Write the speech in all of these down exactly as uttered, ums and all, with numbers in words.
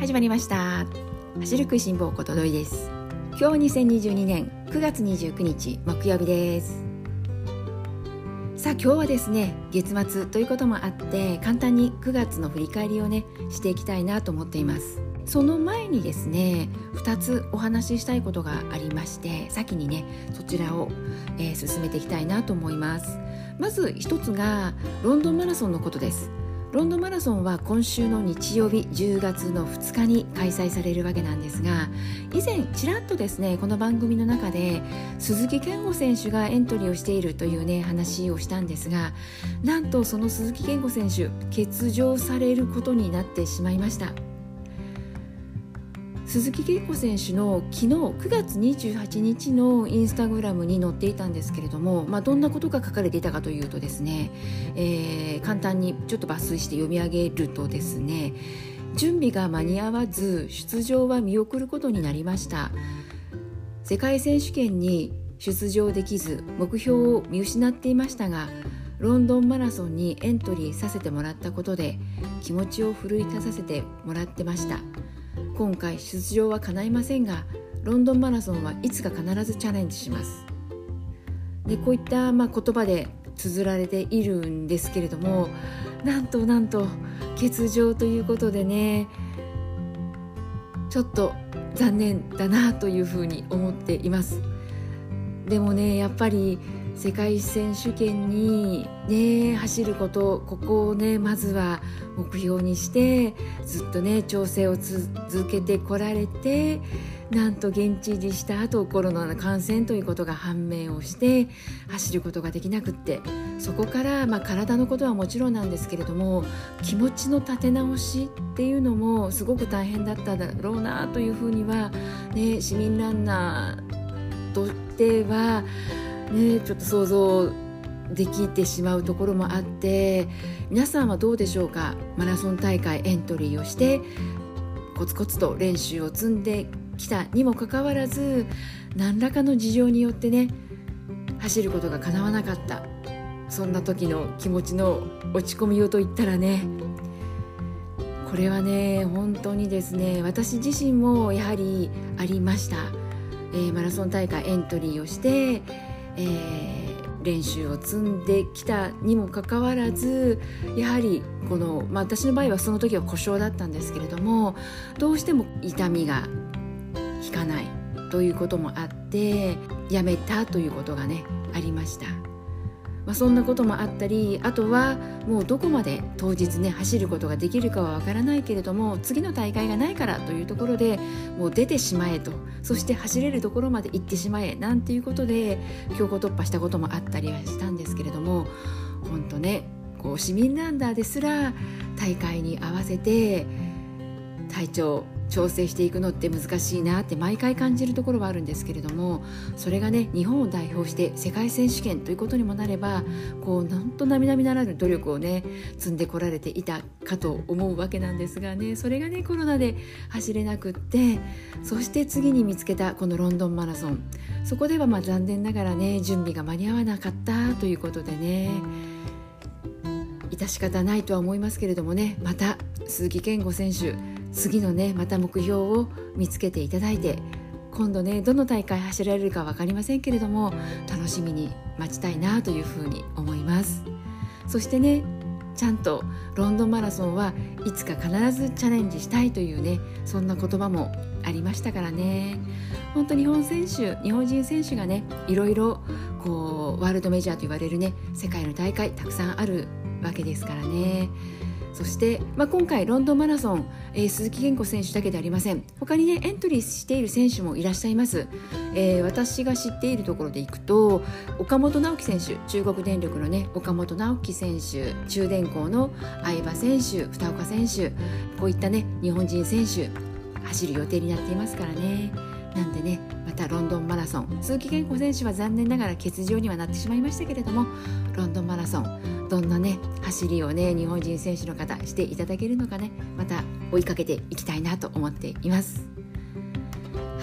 始まりました。走る食いしん坊ことどいです。今日はにせんにじゅうにねんくがつにじゅうくにち木曜日です。さあ今日はですね、月末ということもあって簡単にくがつの振り返りをねしていきたいなと思っています。その前にですね、ふたつお話ししたいことがありまして、先にねそちらを、えー、進めていきたいなと思います。まずひとつがロンドンマラソンのことです。ロンドンマラソンは今週の日曜日じゅうがつのふつかに開催されるわけなんですが、以前ちらっとですねこの番組の中で鈴木健吾選手がエントリーをしているというね話をしたんですが、なんとその鈴木健吾選手欠場されることになってしまいました。鈴木健吾選手の昨日くがつにじゅうはちにちのインスタグラムに載っていたんですけれども、まあ、どんなことが書かれていたかというとですね、えー、簡単にちょっと抜粋して読み上げるとですね、準備が間に合わず出場は見送ることになりました。世界選手権に出場できず目標を見失っていましたが、ロンドンマラソンにエントリーさせてもらったことで気持ちを奮い立たせてもらってました。今回出場は叶いませんが、ロンドンマラソンはいつか必ずチャレンジします。でこういった、まあ、言葉で綴られているんですけれども、なんとなんと欠場ということでね、ちょっと残念だなというふうに思っています。でもね、やっぱり世界選手権に、ね、走ること、ここをねまずは目標にしてずっとね調整を続けてこられて、なんと現地入りした後コロナの感染ということが判明をして走ることができなくって、そこから、まあ、体のことはもちろんなんですけれども気持ちの立て直しっていうのもすごく大変だっただろうなというふうには、ね、市民ランナーとしてはね、ちょっと想像できてしまうところもあって、皆さんはどうでしょうか。マラソン大会エントリーをしてコツコツと練習を積んできたにもかかわらず、何らかの事情によってね走ることが叶わなかった、そんな時の気持ちの落ち込みようといったらね、これはね本当にですね、私自身もやはりありました。えー、マラソン大会エントリーをしてえー、練習を積んできたにもかかわらず、やはりこの、まあ、私の場合はその時は故障だったんですけれども、どうしても痛みが引かないということもあってやめたということがねありました。まあ、そんなこともあったり、あとはもうどこまで当日ね走ることができるかはわからないけれども次の大会がないからというところでもう出てしまえと、そして走れるところまで行ってしまえなんていうことで強行突破したこともあったりはしたんですけれども、本当ねこう市民ランナーですら大会に合わせて体調調整していくのって難しいなって毎回感じるところはあるんですけれども、それがね日本を代表して世界選手権ということにもなれば、こうなんと並々ならぬ努力をね積んでこられていたかと思うわけなんですがね、それがねコロナで走れなくって、そして次に見つけたこのロンドンマラソン、そこではまあ残念ながらね準備が間に合わなかったということでね、致し方ないとは思いますけれどもね、また鈴木健吾選手次のねまた目標を見つけていただいて、今度ねどの大会走られるか分かりませんけれども楽しみに待ちたいなというふうに思います。そしてねちゃんとロンドンマラソンはいつか必ずチャレンジしたいというねそんな言葉もありましたからね、本当日本選手日本人選手がねいろいろこうワールドメジャーと言われるね世界の大会たくさんあるわけですからね。そして、まあ、今回ロンドンマラソン、えー、鈴木健吾選手だけでありません。他にねエントリーしている選手もいらっしゃいます。えー、私が知っているところでいくと岡本直樹選手、中国電力のね岡本直樹選手、中電工の相葉選手、二岡選手、こういったね日本人選手走る予定になっていますからね。なんでねまたロンドンマラソン、鈴木健吾選手は残念ながら欠場にはなってしまいましたけれども、ロンドンマラソンどんなね走りをね日本人選手の方していただけるのかね、また追いかけていきたいなと思っています。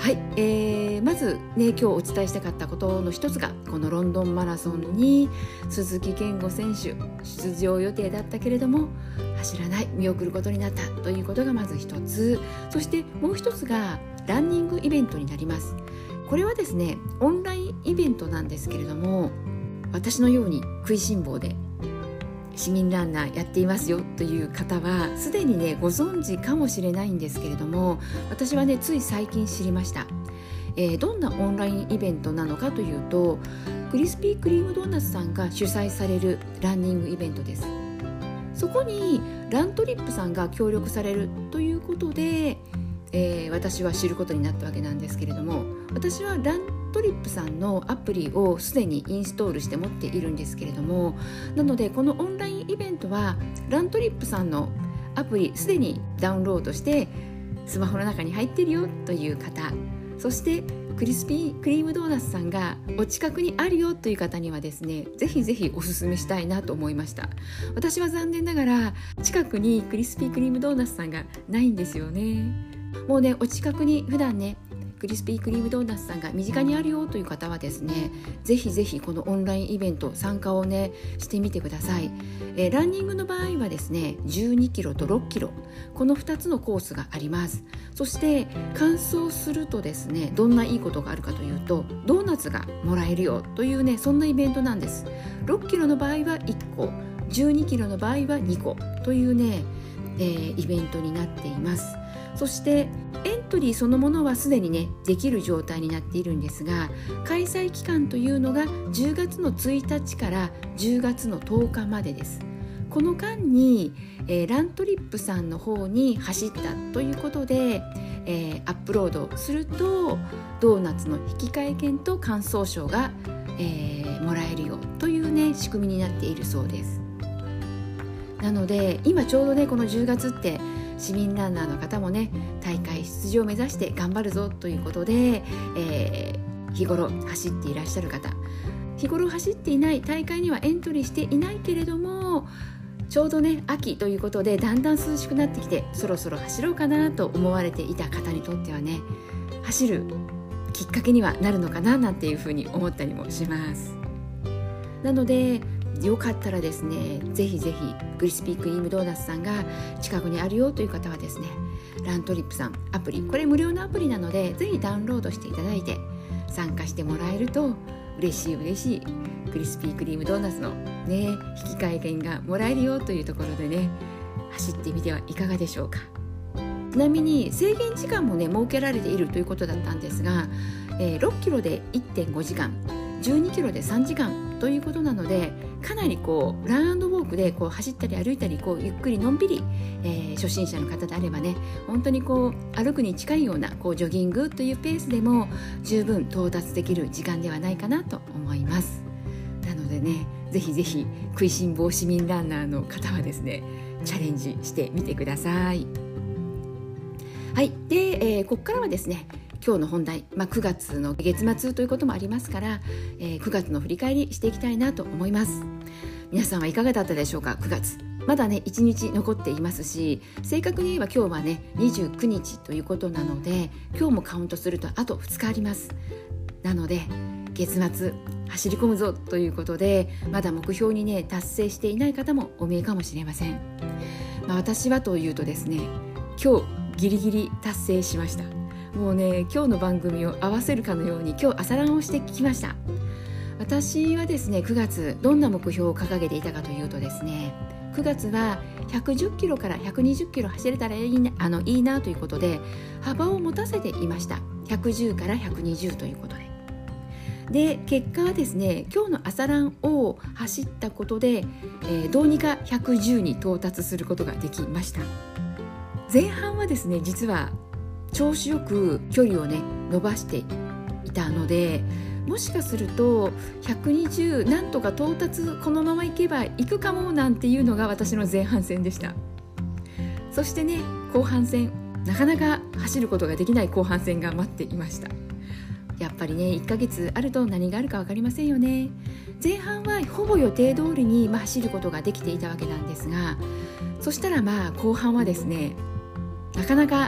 はい、えー、まずね今日お伝えしたかったことの一つがこのロンドンマラソンに鈴木健吾選手出場予定だったけれども走らない、見送ることになったということがまず一つ。そしてもう一つがランニングイベントになります。これはですねオンラインイベントなんですけれども、私のように食いしん坊で市民ランナーやっていますよという方はすでにねご存知かもしれないんですけれども、私はねつい最近知りました。えー、どんなオンラインイベントなのかというと、クリスピークリームドーナツさんが主催されるランニングイベントです。そこにラントリップさんが協力されるということで、えー、私は知ることになったわけなんですけれども、私はラントリップさんのアプリをすでにインストールして持っているんですけれども、なのでこのオンラインイベントはラントリップさんのアプリすでにダウンロードしてスマホの中に入っているよという方、そしてクリスピークリームドーナツさんがお近くにあるよという方にはですね、ぜひぜひおすすめしたいなと思いました。私は残念ながら近くにクリスピークリームドーナツさんがないんですよね。もうねお近くに普段ねクリスピークリームドーナツさんが身近にあるよという方はですね、ぜひぜひこのオンラインイベント参加をねしてみてください。えー、ランニングの場合はですねじゅうにキロとろっキロ、このふたつのコースがあります。そして完走するとですねどんないいことがあるかというと、ドーナツがもらえるよというねそんなイベントなんです。ろっキロの場合はいっこ、じゅうにキロの場合はにこというね、えー、イベントになっています。そしてエントリーそのものはすでにねできる状態になっているんですが、開催期間というのがじゅうがつのついたちからじゅうがつのとおかまでです。この間に、えー、ラントリップさんの方に走ったということで、えー、アップロードするとドーナツの引換券と感想賞が、えー、もらえるよというね仕組みになっているそうです。なので今ちょうどねこのじゅうがつって市民ランナーの方もね大会出場を目指して頑張るぞということで、えー、日頃走っていらっしゃる方、日頃走っていない大会にはエントリーしていないけれども、ちょうどね秋ということでだんだん涼しくなってきてそろそろ走ろうかなと思われていた方にとってはね、走るきっかけにはなるのかななんていうふうに思ったりもします。なのでよかったらですね、ぜひぜひクリスピークリームドーナツさんが近くにあるよという方はですね、ラントリップさんアプリ、これ無料のアプリなのでぜひダウンロードしていただいて参加してもらえると嬉しい嬉しいクリスピークリームドーナツのね引換券がもらえるよというところでね、走ってみてはいかがでしょうか。ちなみに制限時間もね設けられているということだったんですが、えー、ろっキロで いってんごじかん、じゅうにキロでさんじかんということなので、かなりこうラン&ウォークでこう走ったり歩いたりこうゆっくりのんびり、えー、初心者の方であればね本当にこう歩くに近いようなこうジョギングというペースでも十分到達できる時間ではないかなと思います。なのでねぜひぜひ食いしん坊市民ランナーの方はですねチャレンジしてみてください。はい、で、えー、ここからはですね今日の本題、まあ、くがつの月末ということもありますから、えー、くがつの振り返りしていきたいなと思います。皆さんはいかがだったでしょうか。くがつまだねいちにち残っていますし、正確に言えば今日はねにじゅうくにちということなので、今日もカウントするとあとふつかあります。なので月末走り込むぞということで、まだ目標にね達成していない方もお見えかもしれません。まあ、私はというとですね、今日ギリギリ達成しました。もうね今日の番組を合わせるかのように今日朝ランをしてきました。私はですねくがつどんな目標を掲げていたかというとですね、くがつはひゃくじゅっキロからひゃくにじゅっキロ走れたらいいな、あのいいなということで幅を持たせていました。ひゃくじゅうからひゃくにじゅうということで、で結果はですね今日の朝ランを走ったことで、えー、どうにかひゃくじゅうに到達することができました。前半はですね実は調子よく距離をね伸ばしていたので、もしかするとひゃくにじゅうなんとか到達このままいけばいくかもなんていうのが私の前半戦でした。そしてね後半戦なかなか走ることができない後半戦が待っていました。やっぱりねいっかげつあると何があるか分かりませんよね。前半はほぼ予定通りに、まあ、走ることができていたわけなんですが、そしたらまあ後半はですねなかなか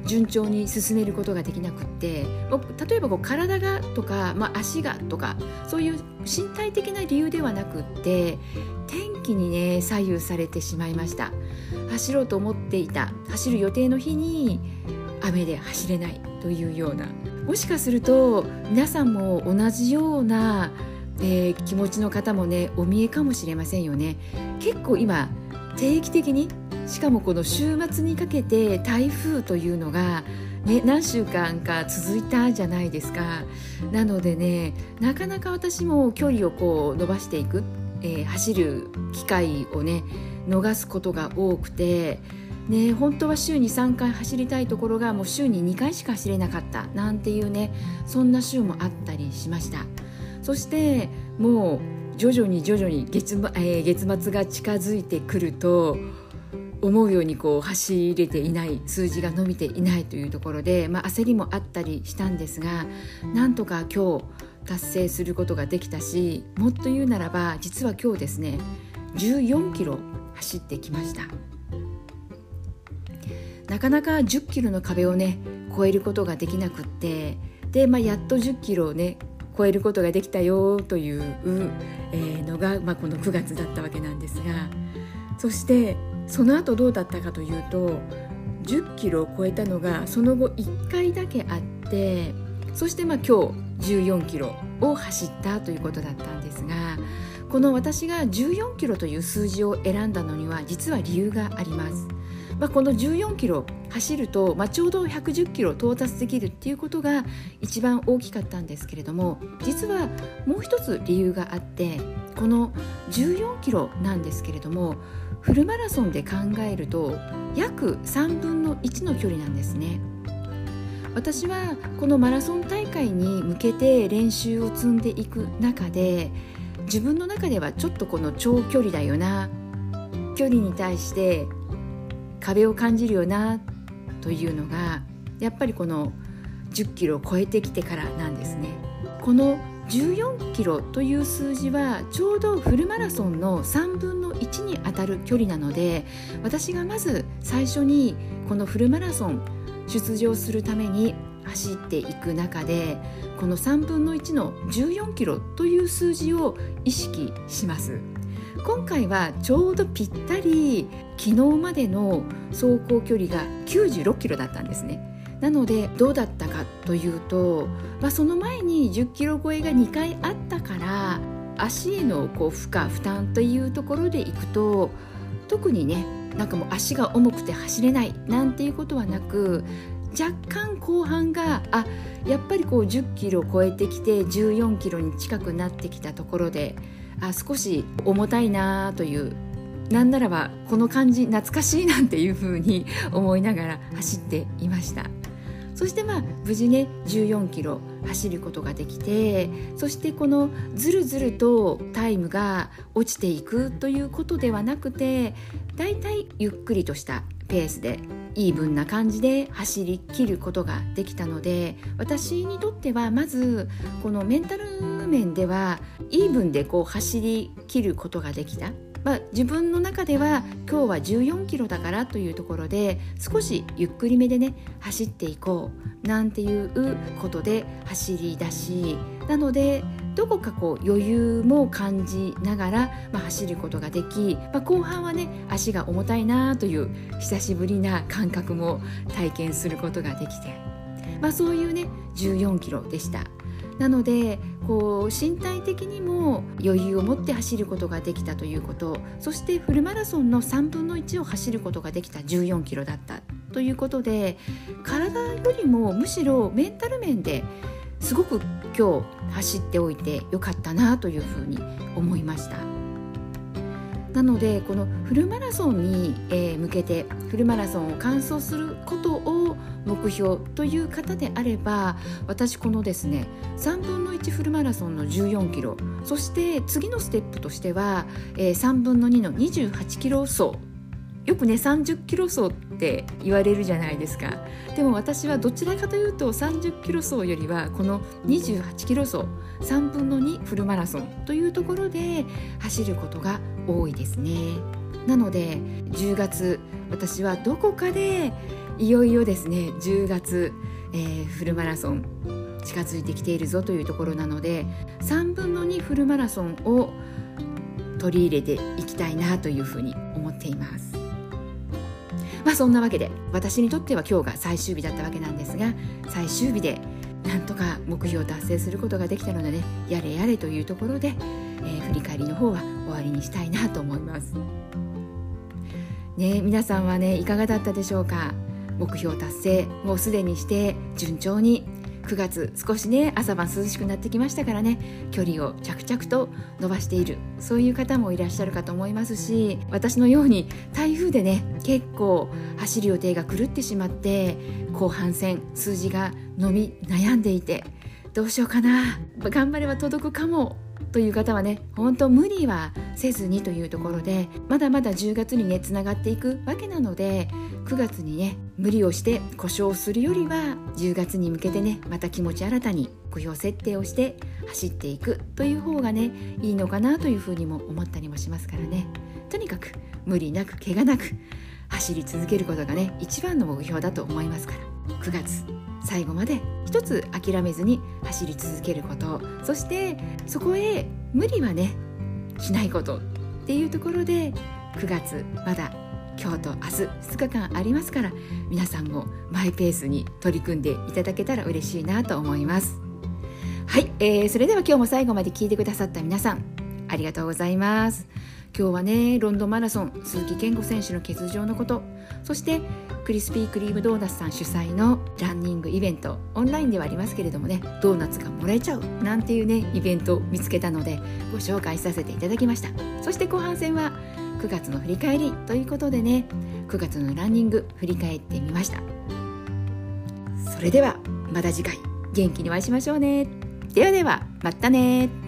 順調に進めることができなくって、例えばこう体がとか、まあ、足がとかそういう身体的な理由ではなくって、天気にね左右されてしまいました。走ろうと思っていた走る予定の日に雨で走れないというような、もしかすると皆さんも同じような、えー、気持ちの方もねお見えかもしれませんよね。結構今定期的に、しかもこの週末にかけて台風というのが、ね、何週間か続いたじゃないですか。なのでね、なかなか私も距離をこう伸ばしていく、えー、走る機会をね逃すことが多くて、ね、本当は週にさんかい走りたいところがもう週ににかいしか走れなかったなんていうね、そんな週もあったりしました。そしてもう徐々に徐々に 月,、えー、月末が近づいてくると、思うようにこう走れていない、数字が伸びていないというところで、まあ、焦りもあったりしたんですが、なんとか今日達成することができたし、もっと言うならば実は今日ですねじゅうよんキロ走ってきました。なかなかじゅっキロの壁をね超えることができなくって、で、まあ、やっとじゅっキロをね超えることができたよという、えー、のが、まあ、このくがつだったわけなんですが、そしてその後どうだったかというと、じゅっキロを超えたのがその後いっかいだけあって、そしてまあ今日じゅうよんキロを走ったということだったんですが、この私がじゅうよんキロという数字を選んだのには実は理由があります。まあ、このじゅうよんキロ走ると、まあ、ちょうどひゃくじゅっキロ到達できるっていうことが一番大きかったんですけれども、実はもう一つ理由があって、このじゅうよんキロなんですけれども、フルマラソンで考えると約さんぶんのいちの距離なんですね。私はこのマラソン大会に向けて練習を積んでいく中で、自分の中ではちょっとこの長距離だよな、距離に対して壁を感じるよなというのが、やっぱりこのじゅっキロを超えてきてからなんですね。このじゅうよんキロという数字はちょうどフルマラソンのさんぶんのいちに当たる距離なので、私がまず最初にこのフルマラソン出場するために走っていく中で、このさんぶんのいちのじゅうよんキロという数字を意識します。今回はちょうどぴったり昨日までの走行距離がきゅうじゅうろっキロだったんですね。なのでどうだったかというと、まあ、その前にじゅっキロ超えがにかいあったから、足へのこう負荷負担というところでいくと、特にねなんかもう足が重くて走れないなんていうことはなく、若干後半があやっぱりこうじゅっキロ超えてきてじゅうよんキロに近くなってきたところで、あ少し重たいなという、なんならばこの感じ懐かしいなんていう風に思いながら走っていました。そしてまあ無事ねじゅうよんキロ走ることができて、そしてこのずるずるとタイムが落ちていくということではなくて、だいたいゆっくりとしたペースでイーブンな感じで走り切ることができたので、私にとってはまずこのメンタル面ではイーブンでこう走り切ることができた。まあ、自分の中では今日はじゅうよんキロだからというところで、少しゆっくりめでね走っていこうなんていうことで走り出し、なのでどこかこう余裕も感じながら、まあ、走ることができ、まあ、後半はね足が重たいなという久しぶりな感覚も体験することができて、まあ、そういうねじゅうよんキロでした。なのでこう身体的にも余裕を持って走ることができたということ、そしてフルマラソンのさんぶんのいちを走ることができたじゅうよんキロだったということで、体よりもむしろメンタル面ですごく今日走っておいてよかったなというふうに思いました。なのでこのフルマラソンに向けてフルマラソンを完走することを目標という方であれば、私このですねさんぶんのいちフルマラソンのじゅうよんキロ、そして次のステップとしてはさんぶんのにのにじゅうはちキロ走、よくねさんじゅっキロ走って言われるじゃないですか。でも私はどちらかというとさんじゅっキロ走よりはこのにじゅうはちキロ走さんぶんのにフルマラソンというところで走ることが多いですね。なのでじゅうがつ私はどこかでいよいよですねじゅうがつ、えー、フルマラソン近づいてきているぞというところなので、さんぶんのにフルマラソンを取り入れていきたいなというふうに思っています。まあそんなわけで私にとっては今日が最終日だったわけなんですが、最終日でなんとか目標を達成することができたのでね、やれやれというところで、えー、振り返りの方は終わりにしたいなと思いますね。皆さんはねいかがだったでしょうか。目標達成もうすでにして順調にくがつ少しね朝晩涼しくなってきましたからね、距離を着々と伸ばしている、そういう方もいらっしゃるかと思いますし、私のように台風でね結構走る予定が狂ってしまって後半戦数字が伸び悩んでいて、どうしようかな、頑張れば届くかもという方はね、本当無理はせずにというところで、まだまだじゅうがつにねつながっていくわけなので、くがつにね無理をして故障するよりはじゅうがつに向けてねまた気持ち新たに目標設定をして走っていくという方がねいいのかなというふうにも思ったりもしますからね。とにかく無理なく怪我なく走り続けることがね一番の目標だと思いますから、くがつ最後まで一つ諦めずに走り続けること、そしてそこへ無理はねしないことっていうところで、くがつまだ今日と明日ふつかかんありますから、皆さんもマイペースに取り組んでいただけたら嬉しいなと思います。はい、えー、それでは今日も最後まで聞いてくださった皆さんありがとうございます。今日はねロンドンマラソン鈴木健吾選手の欠場のこと、そしてクリスピークリームドーナツさん主催のランニングイベント、オンラインではありますけれどもね、ドーナツがもらえちゃうなんていうねイベントを見つけたのでご紹介させていただきました。そして後半戦はくがつの振り返りということでね、くがつのランニング振り返ってみました。それではまた次回元気にお会いしましょうね。ではではまたね。